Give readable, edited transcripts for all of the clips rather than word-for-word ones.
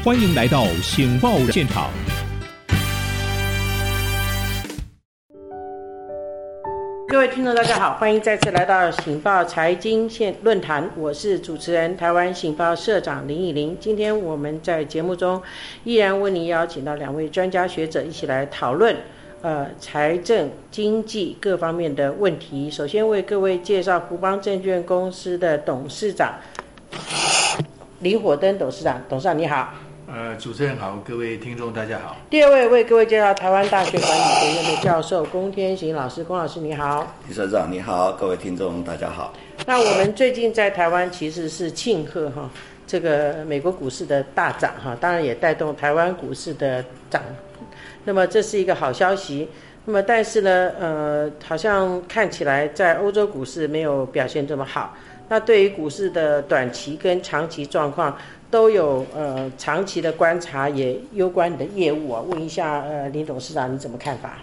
欢迎来到醒报现场。 各位听众大家好，欢迎再次来到醒报财经论坛，我是主持人台湾醒报社长林以玲。今天我们在节目中依然为您邀请到两位专家学者一起来讨论财政经济各方面的问题。首先为各位介绍福邦证券公司的董事长林火登董事长。董事长你好。 主持人好，各位听众大家好。 第二位为各位介绍台湾大学管理学院的教授龚天行老师。龚老师你好。 李社长你好，各位听众大家好。 那我们最近在台湾其实是庆贺这个美国股市的大涨当然也带动台湾股市的涨，那么这是一个好消息。那么但是呢好像看起来在欧洲股市没有表现这么好。那对于股市的短期跟长期状况都有长期的观察，也攸关你的业务问一下林董事长你怎么看法？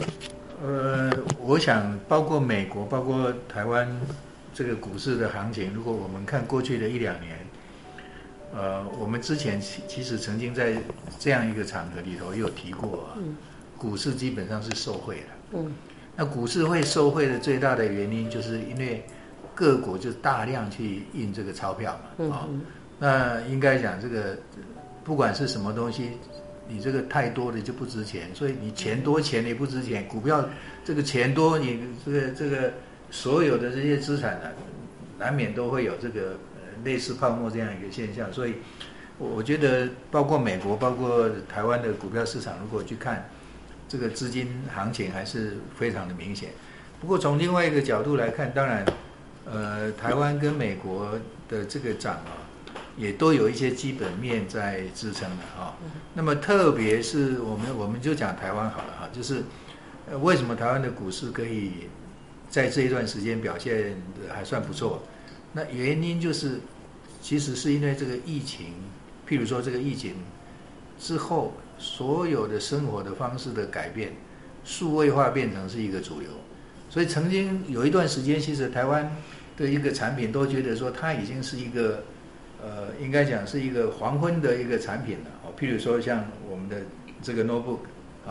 我想包括美国包括台湾这个股市的行情，如果我们看过去的1-2年，我们之前其实曾经在这样一个场合里头也有提过股市基本上是受惠的。那股市会受惠的最大的原因就是因为各国就大量去印这个钞票嘛那应该讲这个不管是什么东西，你这个太多的就不值钱，所以你钱多钱也不值钱。股票这个钱多，你这个所有的这些资产难免都会有这个类似泡沫这样一个现象。所以我觉得包括美国包括台湾的股票市场，如果去看这个资金行情还是非常的明显。不过从另外一个角度来看，当然台湾跟美国的这个涨也都有一些基本面在支撑的那么特别是我们就讲台湾好了就是为什么台湾的股市可以在这一段时间表现的还算不错？那原因就是其实是因为这个疫情，譬如说这个疫情之后，所有的生活的方式的改变，数位化变成是一个主流。所以曾经有一段时间，其实台湾的一个产品都觉得说它已经是一个应该讲是一个黄昏的一个产品了譬如说像我们的这个 notebook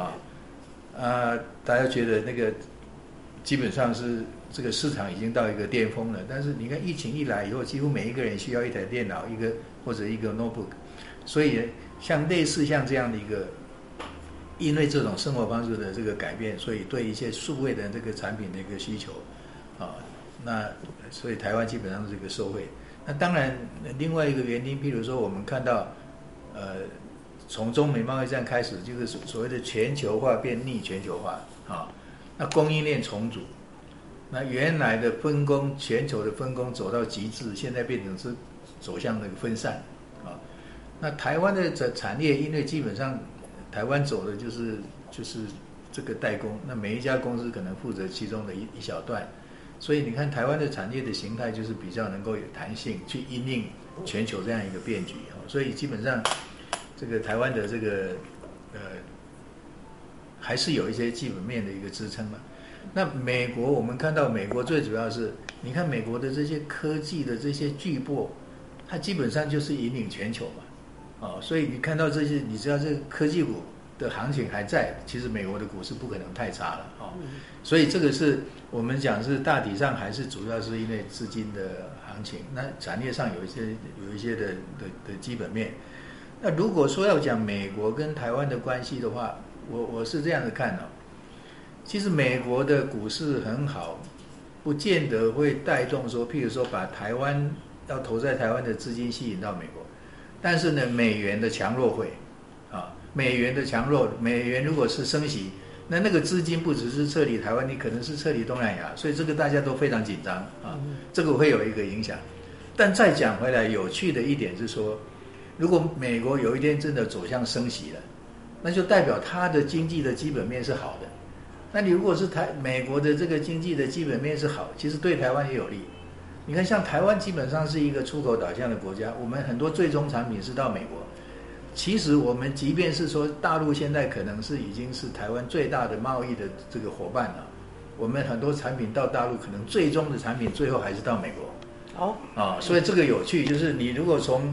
大家觉得那个基本上是这个市场已经到一个巅峰了。但是你看疫情一来以后，几乎每一个人需要一台电脑或者一个 notebook， 所以类似像这样的一个，因为这种生活方式的这个改变，所以对一些数位的这个产品的一个需求那所以台湾基本上是这个受惠。那当然另外一个原因，譬如说我们看到从中美贸易战开始，就是所谓的全球化变逆全球化那供应链重组，那原来的分工，全球的分工走到极致，现在变成是走向那个分散那台湾的产业，因为基本上台湾走的就是这个代工，那每一家公司可能负责其中的一小段，所以你看台湾的产业的形态就是比较能够有弹性去因应全球这样一个变局所以基本上这个台湾的这个还是有一些基本面的一个支撑嘛。那美国，我们看到美国最主要是，你看美国的这些科技的这些巨擘，它基本上就是引领全球嘛所以你看到这些，你知道这个科技股的行情还在，其实美国的股市不可能太差了所以这个是我们讲是大体上还是主要是因为资金的行情，那产业上有一些的基本面。那如果说要讲美国跟台湾的关系的话，我是这样子看其实美国的股市很好，不见得会带动说，譬如说把台湾要投在台湾的资金吸引到美国，但是呢，美元的强弱会美元的强弱，美元如果是升息，那个资金不只是撤离台湾，你可能是撤离东南亚，所以这个大家都非常紧张这个会有一个影响。但再讲回来，有趣的一点是说，如果美国有一天真的走向升息了，那就代表它的经济的基本面是好的。那你如果是美国的这个经济的基本面是好，其实对台湾也有利。你看像台湾基本上是一个出口导向的国家，我们很多最终产品是到美国。其实我们即便是说大陆现在可能是已经是台湾最大的贸易的这个伙伴了，我们很多产品到大陆可能最终的产品最后还是到美国所以这个有趣，就是你如果从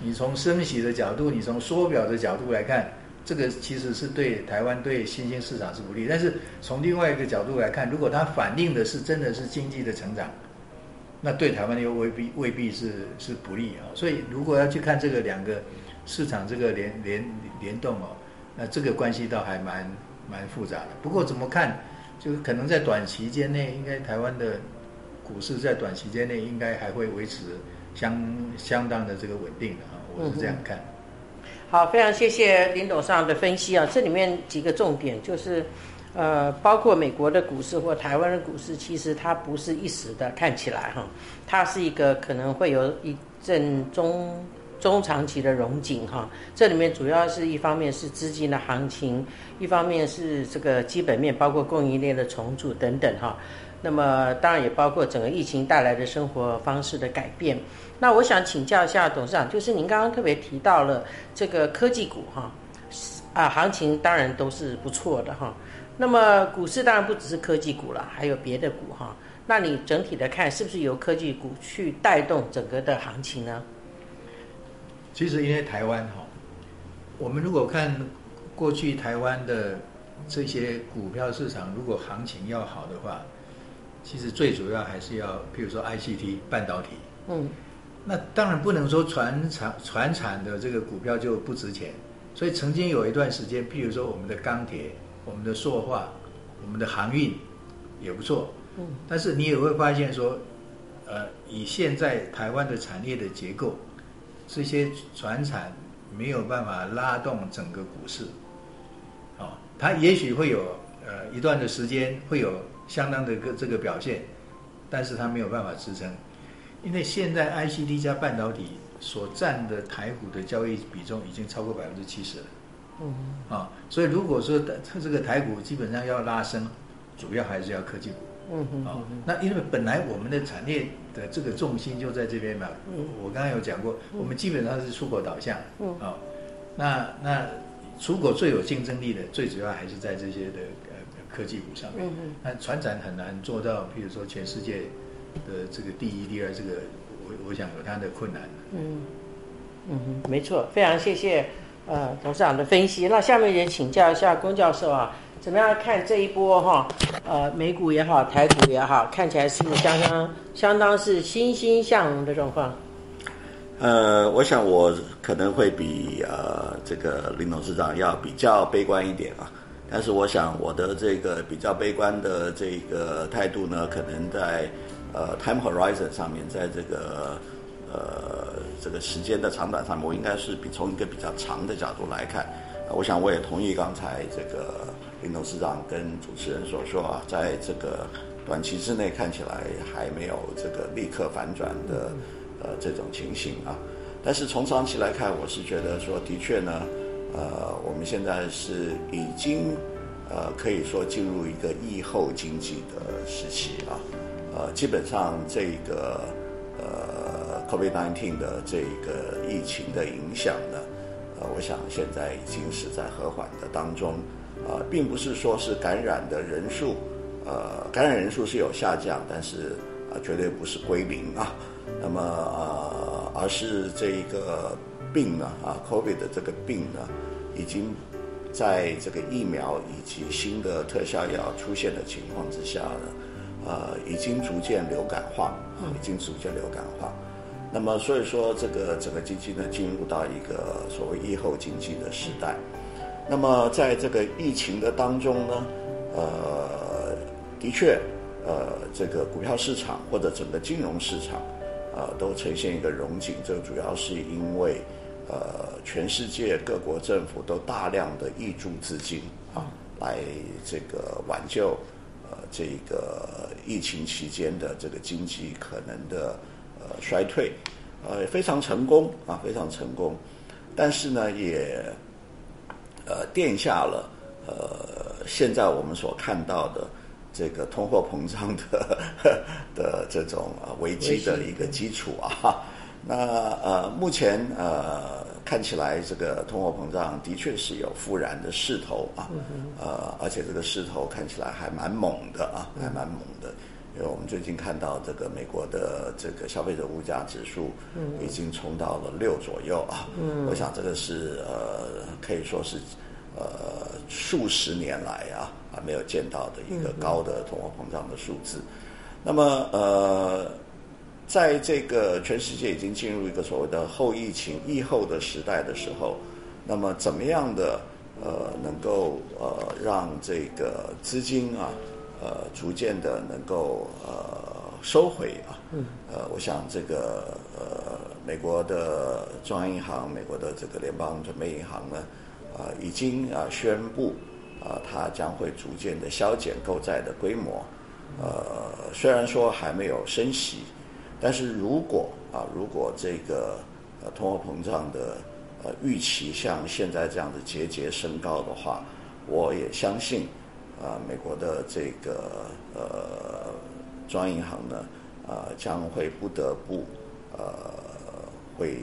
你从升息的角度，你从缩表的角度来看，这个其实是对台湾对新兴市场是不利。但是从另外一个角度来看，如果它反映的是真的是经济的成长，那对台湾又未必是不利啊。所以如果要去看这个两个市场这个联动哦，那这个关系倒还蛮复杂的。不过怎么看，就可能在短期间内，应该台湾的股市在短期间内应该还会维持相当的这个稳定的啊，我是这样看。 好，非常谢谢林董事长的分析啊，这里面几个重点就是，包括美国的股市或台湾的股市，其实它不是一时的，看起来哈，它是一个可能会有一阵中长期的荣景哈。这里面主要是一方面是资金的行情，一方面是这个基本面，包括供应链的重组等等哈。那么当然也包括整个疫情带来的生活方式的改变。那我想请教一下董事长，就是您刚刚特别提到了这个科技股哈，行情当然都是不错的哈。那么股市当然不只是科技股了，还有别的股哈。那你整体的看，是不是由科技股去带动整个的行情呢？ 其实因为台湾哈，我们如果看过去台湾的这些股票市场，如果行情要好的话，其实最主要还是要，譬如说 ICT 半导体，那当然不能说传产的这个股票就不值钱，所以曾经有一段时间，譬如说我们的钢铁、我们的塑化、我们的航运也不错，但是你也会发现说，以现在台湾的产业的结构，这些传产没有办法拉动整个股市，它也许会有一段的时间会有相当的这个表现，但是它没有办法支撑，因为现在 ICT 加半导体所占的台股的交易比重已经超过70%了，所以如果说这个台股基本上要拉升，主要还是要科技股，那因为本来我们的产业的这个重心就在这边嘛，我刚刚有讲过，我们基本上是出口导向，那出口最有竞争力的，最主要还是在这些的科技股上面。那传产很难做到，譬如说全世界的这个第一、第二，这个我想有它的困难。 没错，非常谢谢董事长的分析。那下面也请教一下龚教授啊，怎么样看这一波哈？美股也好，台股也好，看起来是相当是欣欣向荣的状况。 我想我可能会比这个林董事长要比较悲观一点啊，但是我想我的这个比较悲观的这个态度呢，可能在time horizon 上面，在这个时间的长短上面，我应该是从一个比较长的角度来看。我想我也同意刚才这个林董事长跟主持人所说啊，在这个短期之内看起来还没有这个立刻反转的这种情形啊，但是从长期来看，我是觉得说，的确呢，我们现在是已经可以说进入一个疫后经济的时期啊，基本上这个COVID-19 的这个疫情的影响呢，我想现在已经是在和缓的当中，并不是说是感染人数是有下降，但是绝对不是归零啊。那么而是这个病呢，COVID 的这个病呢，已经在这个疫苗以及新的特效药出现的情况之下呢，已经逐渐流感化，那么所以说，这个整个经济呢，进入到一个所谓疫后经济的时代。那么在这个疫情的当中呢，的确，这个股票市场或者整个金融市场，都呈现一个荣景。这主要是因为，全世界各国政府都大量的挹注资金来这个挽救，这个疫情期间的这个经济可能的衰退，非常成功。但是呢，也奠下了现在我们所看到的这个通货膨胀的这种危机的一个基础啊。那目前看起来这个通货膨胀的确是有复燃的势头啊，而且这个势头看起来还蛮猛的啊， 因为我们最近看到这个美国的这个消费者物价指数已经冲到了6左右啊，我想这个是可以说是数十年来没有见到的一个高的通货膨胀的数字。那么在这个全世界已经进入一个所谓的后疫情疫后的时代的时候，那么怎么样的能够让这个资金逐渐的能够收回我想这个美国的中央银行、美国的这个联邦准备银行呢已经宣布它将会逐渐的削减购债的规模。虽然说还没有升息，但是如果这个通货膨胀的预期像现在这样的节节升高的话，我也相信美国的这个中央银行呢将会不得不会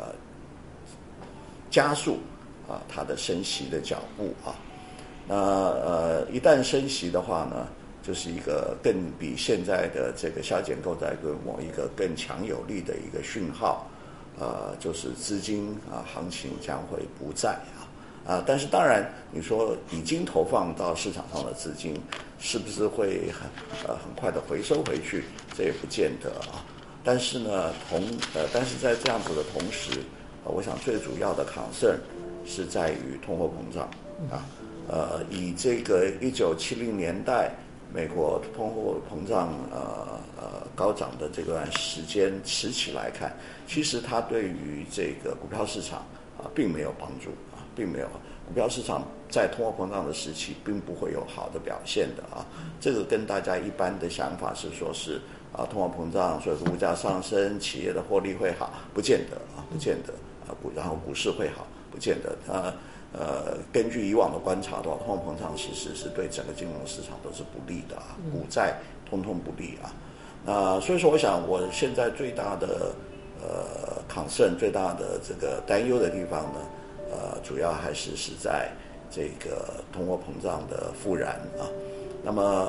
加速它的升息的脚步那一旦升息的话呢，就是一个更比现在的这个削减购债规模一个更强有力的一个讯号，就是资金行情将会不在但是当然你说已经投放到市场上的资金是不是会很快的回收回去，这也不见得但是呢但是在这样子的同时我想最主要的 concern 是在于通货膨胀以这个1970年代美国通货膨胀高涨的这段时间时期来看，其实它对于这个股票市场并没有帮助并没有，股票市场在通货膨胀的时期并不会有好的表现的这个跟大家一般的想法是说是通货膨胀，所以物价上升，企业的获利会好，不见得不见得然后股市会好，不见得根据以往的观察的话，通货膨胀其实是对整个金融市场都是不利的股债通通不利所以说我想我现在最大的concern 最大的这个担忧的地方呢主要还是在这个通货膨胀的复燃那么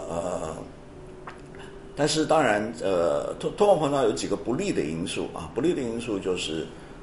但是当然通货膨胀有几个不利的因素不利的因素就是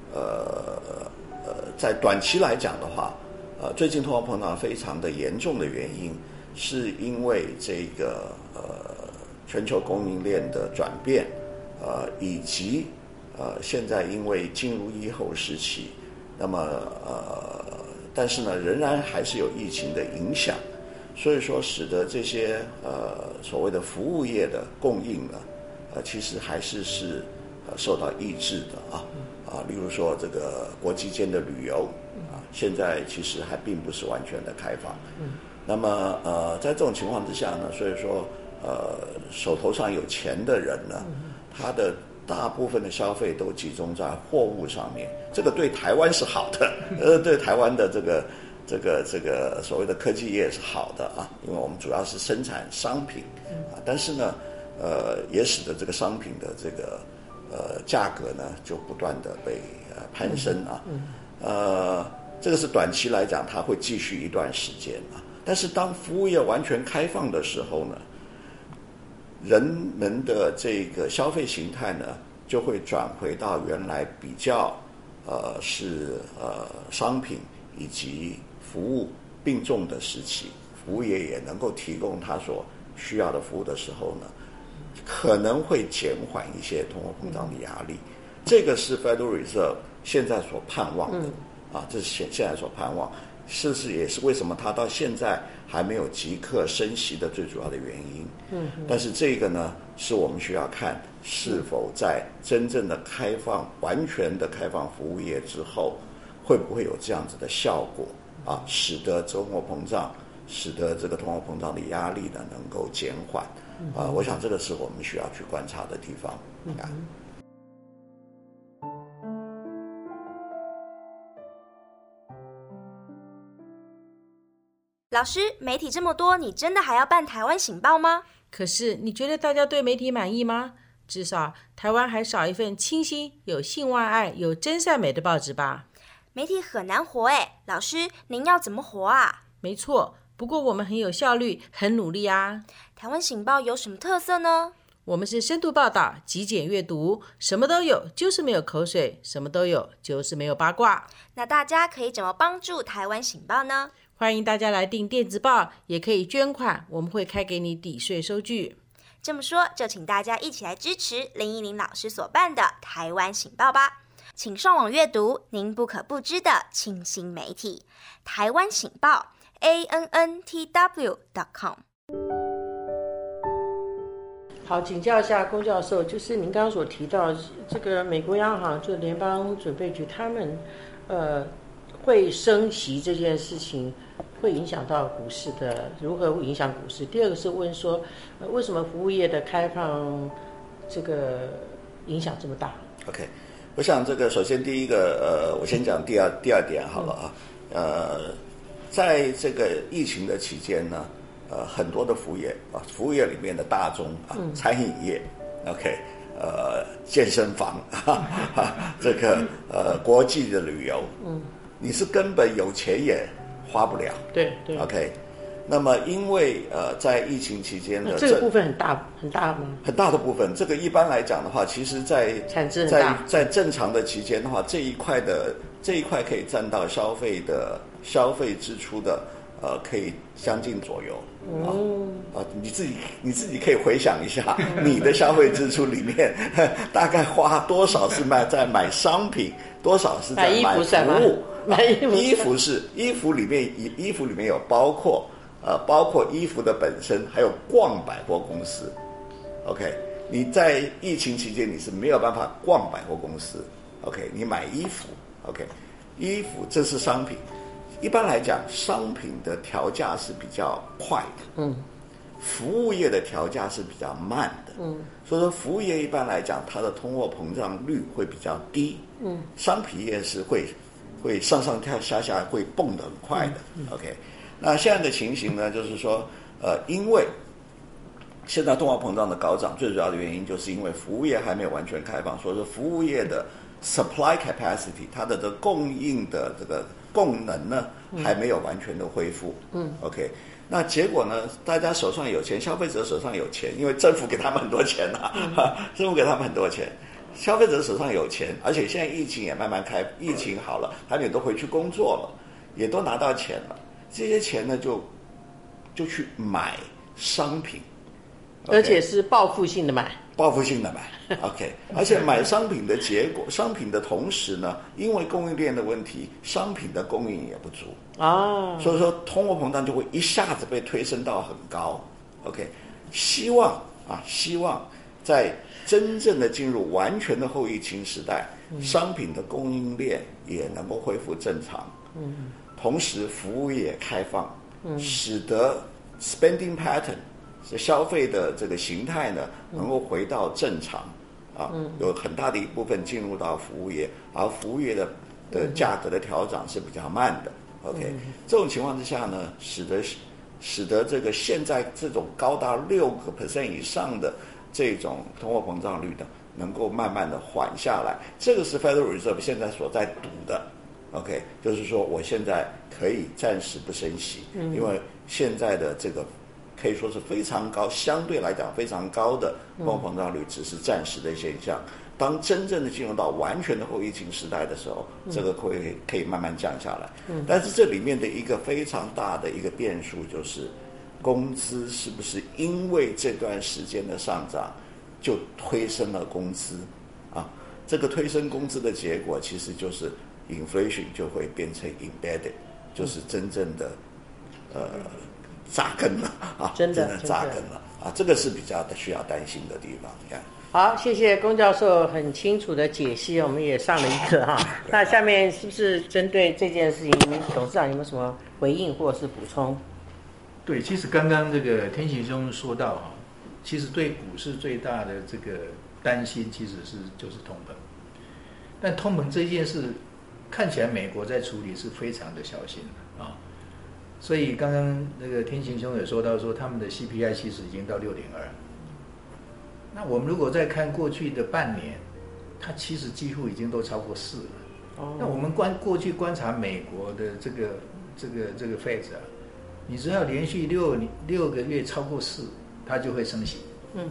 在短期来讲的话最近通货膨胀非常的严重的原因是因为这个全球供应链的转变以及现在因为进入疫后时期，那么但是呢仍然还是有疫情的影响，所以说使得这些所谓的服务业的供应呢其实还是受到抑制的例如说这个国际间的旅游现在其实还并不是完全的开放那么在这种情况之下呢，所以说手头上有钱的人呢他的大部分的消费都集中在货物上面，这个对台湾是好的对台湾的这个所谓的科技业是好的因为我们主要是生产商品但是呢也使得这个商品的这个价格呢就不断的被攀升这个是短期来讲它会继续一段时间但是当服务业完全开放的时候呢，人们的这个消费形态呢就会转回到原来比较是商品以及服务并重的时期，服务业也能够提供它所需要的服务的时候呢，可能会减缓一些通货膨胀的压力。这个是 Federal Reserve 现在所盼望的这是现在所盼望，也是为什么它到现在还没有即刻升息的最主要的原因但是这个呢是我们需要看是否在真正的开放完全的开放服务业之后会不会有这样子的效果使得通货膨胀使得这个通货膨胀的压力呢能够减缓我想这个是我们需要去观察的地方老师，媒体这么多，你真的还要办台湾醒报吗？ 可是你觉得大家对媒体满意吗？至少台湾还少一份清新、有性万爱、有真善美的报纸吧？ 媒体很难活老师，您要怎么活啊？ 没错，不过我们很有效率，很努力啊。 台湾醒报有什么特色呢？ 我们是深度报道、极简阅读，什么都有，就是没有口水；什么都有，就是没有八卦。 那大家可以怎么帮助台湾醒报呢？ 欢迎大家来订电子报，也可以捐款，我们会开给你抵税收据。 这么说，就请大家一起来支持林依林老师所办的台湾醒报吧。请上网阅读您不可不知的清新媒体台湾醒报 ANNTW.com。 好，请教一下龚教授，就是您刚刚所提到这个美国央行就联邦准备局，他们会升息这件事情，会影响到股市的，如何会影响股市？第二个是问说，为什么服务业的开放这个影响这么大 ？OK， 我想这个首先第一个我先讲第二点好了啊，在这个疫情的期间呢。很多的服务业啊，服务业里面的大宗啊，餐饮业 ，OK， 健身房这个国际的旅游，你是根本有钱也花不了， 对 ，OK， 那么因为在疫情期间的这个部分很大吗？ 很大的部分，这个一般来讲的话，其实产值很大， 在正常的期间的话，这一块可以占到消费支出的。可以将近左右你自己可以回想一下，你的消费支出里面大概花多少是在买商品，多少是在买服务？衣服里面有包括衣服的本身，还有逛百货公司。OK， 你在疫情期间你是没有办法逛百货公司。OK， 你买衣服 ，OK， 衣服这是商品。一般来讲，商品的调价是比较快的，服务业的调价是比较慢的，所以说服务业一般来讲，它的通货膨胀率会比较低，商品业是会上上下下会蹦得很快的，OK， 那现在的情形呢，就是说，因为现在通货膨胀的高涨，最主要的原因就是因为服务业还没有完全开放，所以说服务业的 supply capacity 它的供应的这个供能呢还没有完全的恢复，OK， 那结果呢，大家手上有钱，消费者手上有钱，因为政府给他们很多钱政府给他们很多钱，消费者手上有钱，而且现在疫情也慢慢疫情好了，他们也都回去工作了，也都拿到钱了，这些钱呢就去买商品， 而且是报复性的买 OK， 而且买商品的结果，商品的同时呢，因为供应链的问题，商品的供应也不足所以说通货膨胀就会一下子被推升到很高 OK， 希望在真正的进入完全的后疫情时代，商品的供应链也能够恢复正常同时服务业开放使得 spending pattern消费的这个形态呢，能够回到正常有很大的一部分进入到服务业，而服务业的价格的调整是比较慢的。OK， 这种情况之下呢，使得这个现在这种高达6% 以上的这种通货膨胀率的，能够慢慢的缓下来。这个是 Federal Reserve 现在所在赌的。OK， 就是说我现在可以暂时不升息，因为现在的这个可以说是非常高，相对来讲非常高的通货膨胀率只是暂时的现象。当真正的进入到完全的后疫情时代的时候，这个可以慢慢降下来。但是这里面的一个非常大的一个变数就是，工资是不是因为这段时间的上涨就推升了工资啊？这个推升工资的结果其实就是 inflation 就会变成 embedded， 就是真正的扎根了啊，真的扎根了啊，这个是比较需要担心的地方。你看， 好，谢谢龚教授很清楚的解析，我们也上了一课哈。那下面是不是针对这件事情，董事长有没有什么回应或者是补充？ 对，其实刚刚这个天行兄说到哈，其实对股市最大的这个担心其实就是通膨，但通膨这件事看起来美国在处理是非常的小心的啊。所以刚刚那个天行兄也说到说，他们的 CPI 其实已经到6.2。那我们如果再看过去的半年，它其实几乎已经都超过4了。那我们过去观察美国的这个 Fed 啊，你只要连续6个月超过4，它就会升息。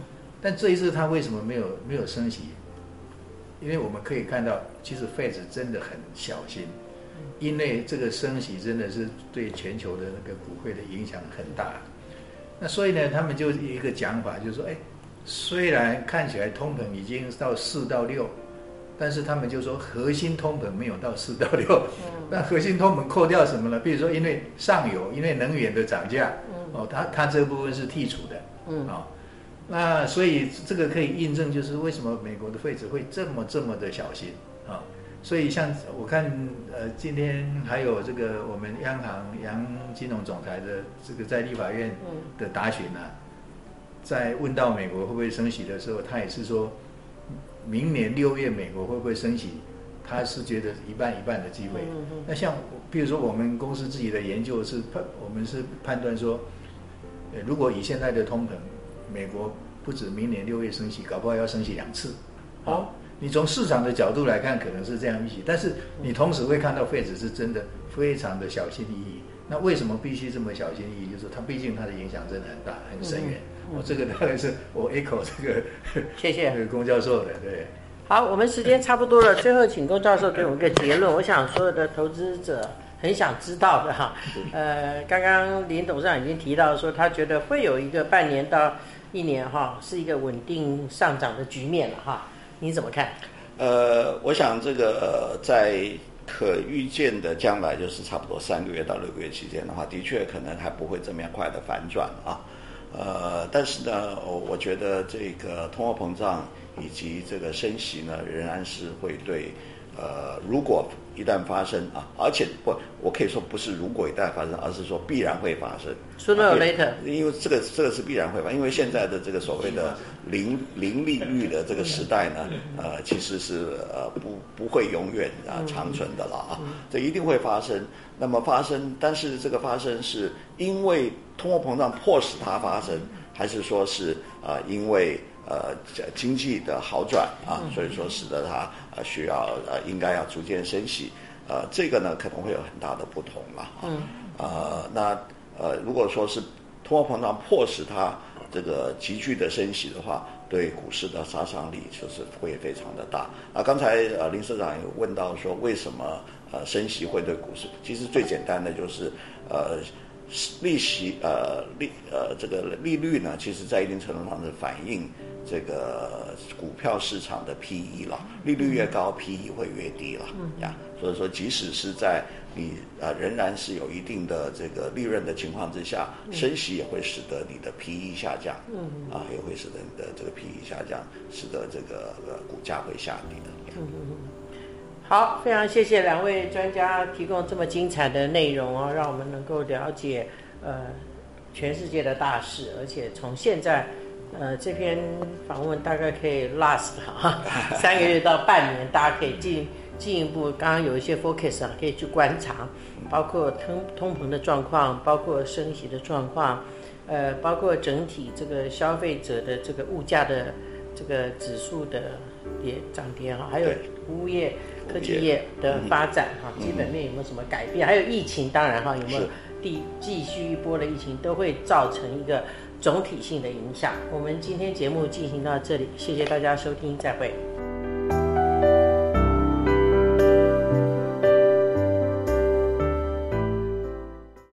但这一次它为什么没有升息？因为我们可以看到，其实 Fed 真的很小心，因为这个升息真的是对全球的那个股汇的影响很大。那所以呢，他们就一个讲法，就是说，虽然看起来通膨已经到4到6，但是他们就说核心通膨没有到4到6。那核心通膨扣掉什么呢？比如说因为上游，因为能源的涨价，它这部分是剔除的，那所以这个可以印证，就是为什么美国的Fed会这么的小心啊。所以像我看今天还有这个我们央行杨金融总裁的这个在立法院的答询啊，在问到美国会不会升息的时候，他也是说明年6月美国会不会升息，他是觉得一半一半的机会。那像比如说我们公司自己的研究是我们是判断说，如果以现在的通膨，美国不止明年6月升息，搞不好要升息2次。你从市场的角度来看，可能是这样预期，但是你同时会看到Fed是真的非常的小心翼翼。那为什么必须这么小心翼翼？就是它毕竟它的影响真的很大，很深远。这个大概是我 echo 这个， 谢谢龚教授的，对。 好，我们时间差不多了，最后请龚教授给我们一个结论。我想所有的投资者很想知道的哈，刚刚林董事长已经提到说，他觉得会有一个半年到1年哈，是一个稳定上涨的局面了哈。你怎么看？ 我想这个在可预见的将来，就是差不多3个月到6个月期间的话，的确可能还不会这么样快的反转啊。但是呢，我觉得这个通货膨胀以及这个升息呢，仍然是会对如果一旦发生啊，而且我可以说不是如果一旦发生，而是说必然会发生。 Sooner or later， 因为这个是必然会发生，因为现在的这个所谓的零利率的这个时代呢，其实是不会永远长存的了啊，这一定会发生。那么发生，但是这个发生是因为通货膨胀迫使它发生，还是说是因为经济的好转啊，所以说使得它需要应该要逐渐升息，这个呢可能会有很大的不同了那如果说是通货膨胀迫使它这个急剧的升息的话，对股市的杀伤力就是会非常的大刚才林社长有问到说为什么升息会对股市，其实最简单的就是利息这个利率呢，其实在一定程度上是反映这个股票市场的 PE 了，利率越高 PE 会越低了所以说即使是在你仍然是有一定的这个利润的情况之下，升息也会使得你的 PE 下降也会使得你的这个 PE 下降，使得这个股价会下跌的好，非常谢谢2位专家提供这么精彩的内容让我们能够了解全世界的大事，而且从现在这篇访问大概可以 last 3个月到半年，大家可以进一步，刚刚有一些 focus 可以去观察，包括通膨的状况，包括升息的状况，包括整体这个消费者的这个物价的这个指数的涨跌还有服务业、科技业的发展基本面有没有什么改变？还有疫情，当然有没有继续一波的疫情，都会造成一个总体性的影响。我们今天节目进行到这里，谢谢大家收听，再会。